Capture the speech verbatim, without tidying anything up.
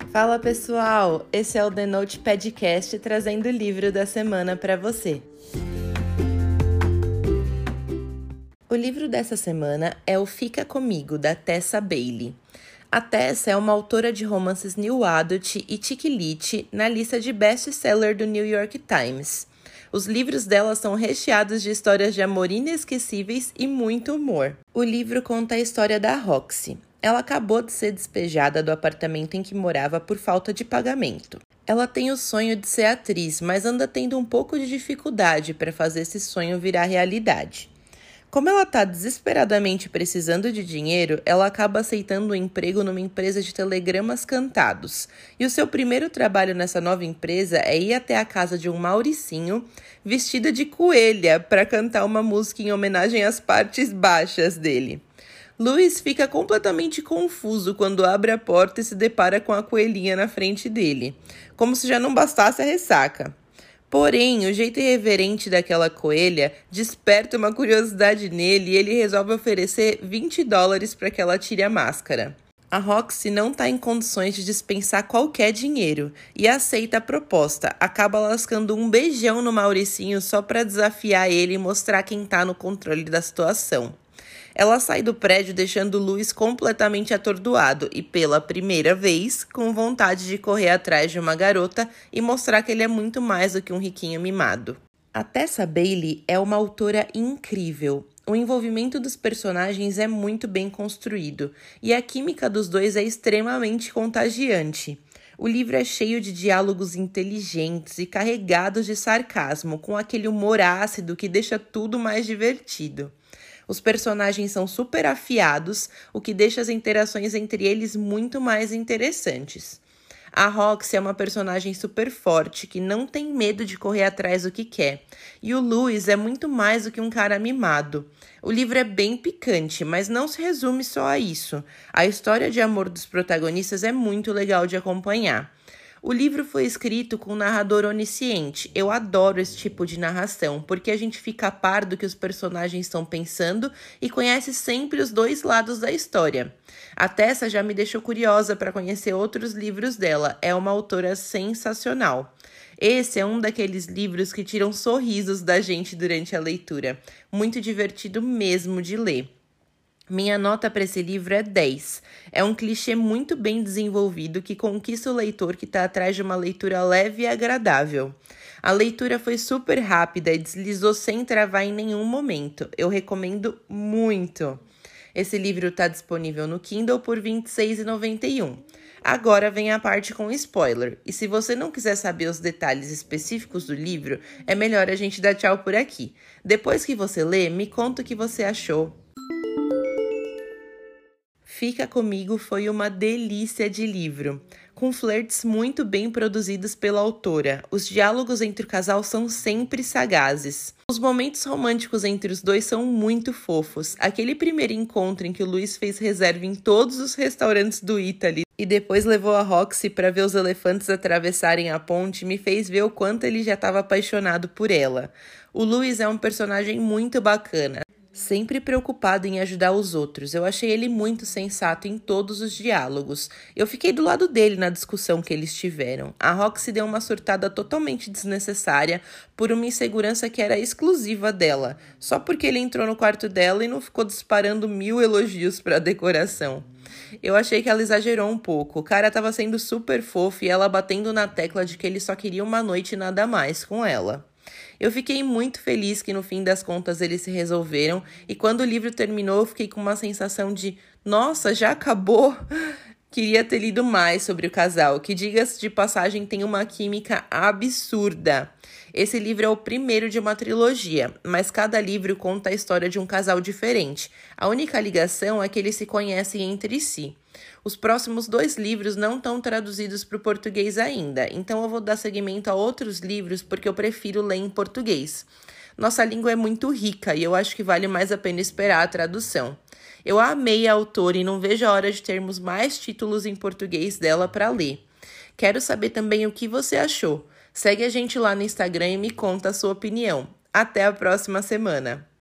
Fala pessoal, esse é o The Note Podcast trazendo o livro da semana para você. O livro dessa semana é o Fica Comigo, da Tessa Bailey. A Tessa é uma autora de romances new adult e chick lit na lista de best-seller do New York Times. Os livros dela são recheados de histórias de amor inesquecíveis e muito humor. O livro conta a história da Roxy. Ela acabou de ser despejada do apartamento em que morava por falta de pagamento. Ela tem o sonho de ser atriz, mas anda tendo um pouco de dificuldade para fazer esse sonho virar realidade. Como ela está desesperadamente precisando de dinheiro, ela acaba aceitando um emprego numa empresa de telegramas cantados. E o seu primeiro trabalho nessa nova empresa é ir até a casa de um Mauricinho, vestida de coelha, para cantar uma música em homenagem às partes baixas dele. Luiz fica completamente confuso quando abre a porta e se depara com a coelhinha na frente dele, como se já não bastasse a ressaca. Porém, o jeito irreverente daquela coelha desperta uma curiosidade nele e ele resolve oferecer vinte dólares para que ela tire a máscara. A Roxy não está em condições de dispensar qualquer dinheiro e aceita a proposta, acaba lascando um beijão no Mauricinho só para desafiar ele e mostrar quem está no controle da situação. Ela sai do prédio deixando Luiz completamente atordoado e, pela primeira vez, com vontade de correr atrás de uma garota e mostrar que ele é muito mais do que um riquinho mimado. A Tessa Bailey é uma autora incrível. O envolvimento dos personagens é muito bem construído e a química dos dois é extremamente contagiante. O livro é cheio de diálogos inteligentes e carregados de sarcasmo, com aquele humor ácido que deixa tudo mais divertido. Os personagens são super afiados, o que deixa as interações entre eles muito mais interessantes. A Roxy é uma personagem super forte, que não tem medo de correr atrás do que quer. E o Luiz é muito mais do que um cara mimado. O livro é bem picante, mas não se resume só a isso. A história de amor dos protagonistas é muito legal de acompanhar. O livro foi escrito com um narrador onisciente. Eu adoro esse tipo de narração, porque a gente fica a par do que os personagens estão pensando e conhece sempre os dois lados da história. A Tessa já me deixou curiosa para conhecer outros livros dela. É uma autora sensacional. Esse é um daqueles livros que tiram sorrisos da gente durante a leitura. Muito divertido mesmo de ler. Minha nota para esse livro é dez. É um clichê muito bem desenvolvido que conquista o leitor que está atrás de uma leitura leve e agradável. A leitura foi super rápida e deslizou sem travar em nenhum momento. Eu recomendo muito. Esse livro está disponível no Kindle por vinte e seis reais e noventa e um centavos. Agora vem a parte com spoiler. E se você não quiser saber os detalhes específicos do livro, é melhor a gente dar tchau por aqui. Depois que você lê, me conta o que você achou. Fica Comigo foi uma delícia de livro, com flertes muito bem produzidos pela autora. Os diálogos entre o casal são sempre sagazes. Os momentos românticos entre os dois são muito fofos. Aquele primeiro encontro em que o Luiz fez reserva em todos os restaurantes do Italy e depois levou a Roxy para ver os elefantes atravessarem a ponte me fez ver o quanto ele já estava apaixonado por ela. O Luiz é um personagem muito bacana. Sempre preocupado em ajudar os outros. Eu achei ele muito sensato em todos os diálogos. Eu fiquei do lado dele na discussão que eles tiveram. A Roxy deu uma surtada totalmente desnecessária por uma insegurança que era exclusiva dela, só porque ele entrou no quarto dela e não ficou disparando mil elogios para a decoração. Eu achei que ela exagerou um pouco. O cara tava sendo super fofo e ela batendo na tecla de que ele só queria uma noite e nada mais com ela. Eu fiquei muito feliz que no fim das contas eles se resolveram e quando o livro terminou eu fiquei com uma sensação de nossa, já acabou? Queria ter lido mais sobre o casal, que diga-se de passagem tem uma química absurda. Esse livro é o primeiro de uma trilogia, mas cada livro conta a história de um casal diferente. A única ligação é que eles se conhecem entre si. Os próximos dois livros não estão traduzidos para o português ainda, então eu vou dar seguimento a outros livros porque eu prefiro ler em português. Nossa língua é muito rica e eu acho que vale mais a pena esperar a tradução. Eu amei a autora e não vejo a hora de termos mais títulos em português dela para ler. Quero saber também o que você achou. Segue a gente lá no Instagram e me conta a sua opinião. Até a próxima semana!